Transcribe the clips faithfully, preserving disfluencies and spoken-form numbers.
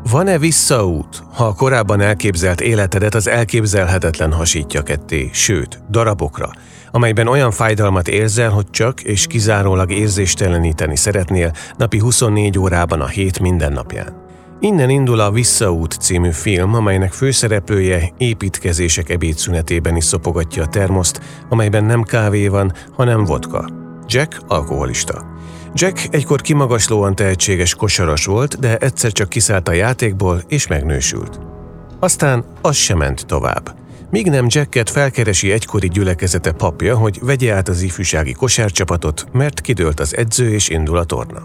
Van-e visszaút, ha a korábban elképzelt életedet az elképzelhetetlen hasítja ketté, sőt, darabokra, amelyben olyan fájdalmat érzel, hogy csak és kizárólag érzésteleníteni szeretnél napi huszonnégy órában a hét minden napján. Innen indul a Visszaút című film, amelynek főszereplője építkezések ebédszünetében is szopogatja a termoszt, amelyben nem kávé van, hanem vodka. Jack alkoholista. Jack egykor kimagaslóan tehetséges kosaras volt, de egyszer csak kiszállt a játékból és megnősült. Aztán az sem ment tovább. Míg nem Jacket felkeresi egykori gyülekezete papja, hogy vegye át az ifjúsági kosárcsapatot, mert kidőlt az edző és indul a torna.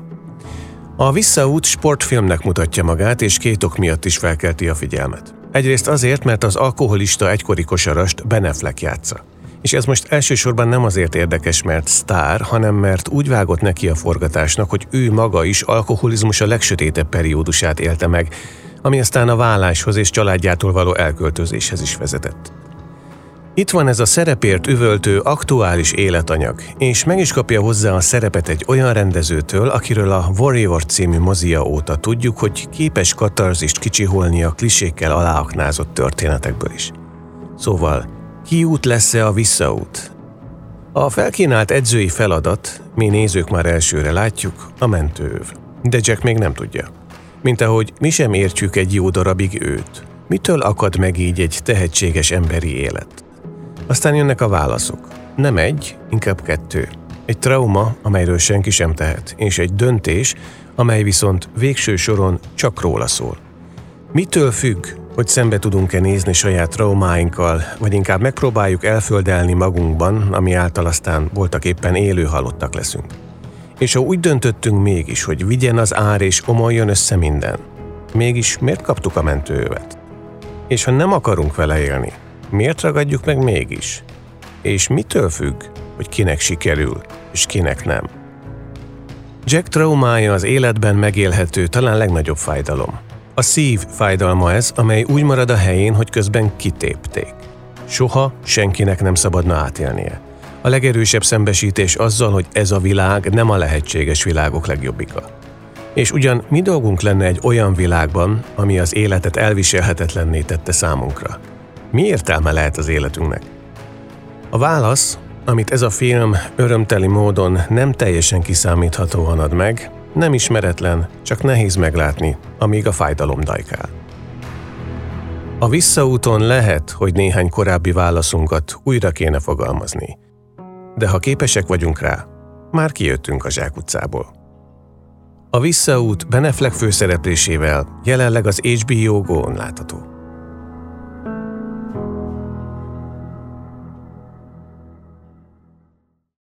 A Visszaút sportfilmnek mutatja magát, és két ok miatt is felkelti a figyelmet. Egyrészt azért, mert az alkoholista egykori kosarast Ben Affleck játsza. És ez most elsősorban nem azért érdekes, mert sztár, hanem mert úgy vágott neki a forgatásnak, hogy ő maga is alkoholizmus a legsötétebb periódusát élte meg, ami aztán a váláshoz és családjától való elköltözéshez is vezetett. Itt van ez a szerepért üvöltő aktuális életanyag, és meg is kapja hozzá a szerepet egy olyan rendezőtől, akiről a Warrior című mozia óta tudjuk, hogy képes katarzist kicsiholni a klisékkel aláaknázott történetekből is. Szóval, kiút lesz-e a visszaút? A felkínált edzői feladat, mi nézők már elsőre látjuk, a mentőöv. De Jack még nem tudja. Mint ahogy mi sem értjük egy jó darabig őt. Mitől akad meg így egy tehetséges emberi élet? Aztán jönnek a válaszok. Nem egy, inkább kettő. Egy trauma, amelyről senki sem tehet, és egy döntés, amely viszont végső soron csak róla szól. Mitől függ, hogy szembe tudunk-e nézni saját traumáinkkal, vagy inkább megpróbáljuk elföldelni magunkban, ami által aztán voltak éppen élő halottak leszünk. És ha úgy döntöttünk mégis, hogy vigyen az ár és omoljon össze minden, mégis miért kaptuk a mentőövet? És ha nem akarunk vele élni, miért ragadjuk meg mégis? És mitől függ, hogy kinek sikerül, és kinek nem? Jack traumája az életben megélhető, talán legnagyobb fájdalom. A szív fájdalma ez, amely úgy marad a helyén, hogy közben kitépték. Soha senkinek nem szabadna átélnie. A legerősebb szembesítés azzal, hogy ez a világ nem a lehetséges világok legjobbika. És ugyan mi dolgunk lenne egy olyan világban, ami az életet elviselhetetlenné tette számunkra? Mi értelme lehet az életünknek? A válasz, amit ez a film örömteli módon nem teljesen kiszámíthatóan ad meg, nem ismeretlen, csak nehéz meglátni, amíg a fájdalom dajkál. A visszaúton lehet, hogy néhány korábbi válaszunkat újra kéne fogalmazni. De ha képesek vagyunk rá, már kijöttünk a zsákutcából. A Visszaút Ben Affleck főszereplésével jelenleg az há bé o Go-n látható.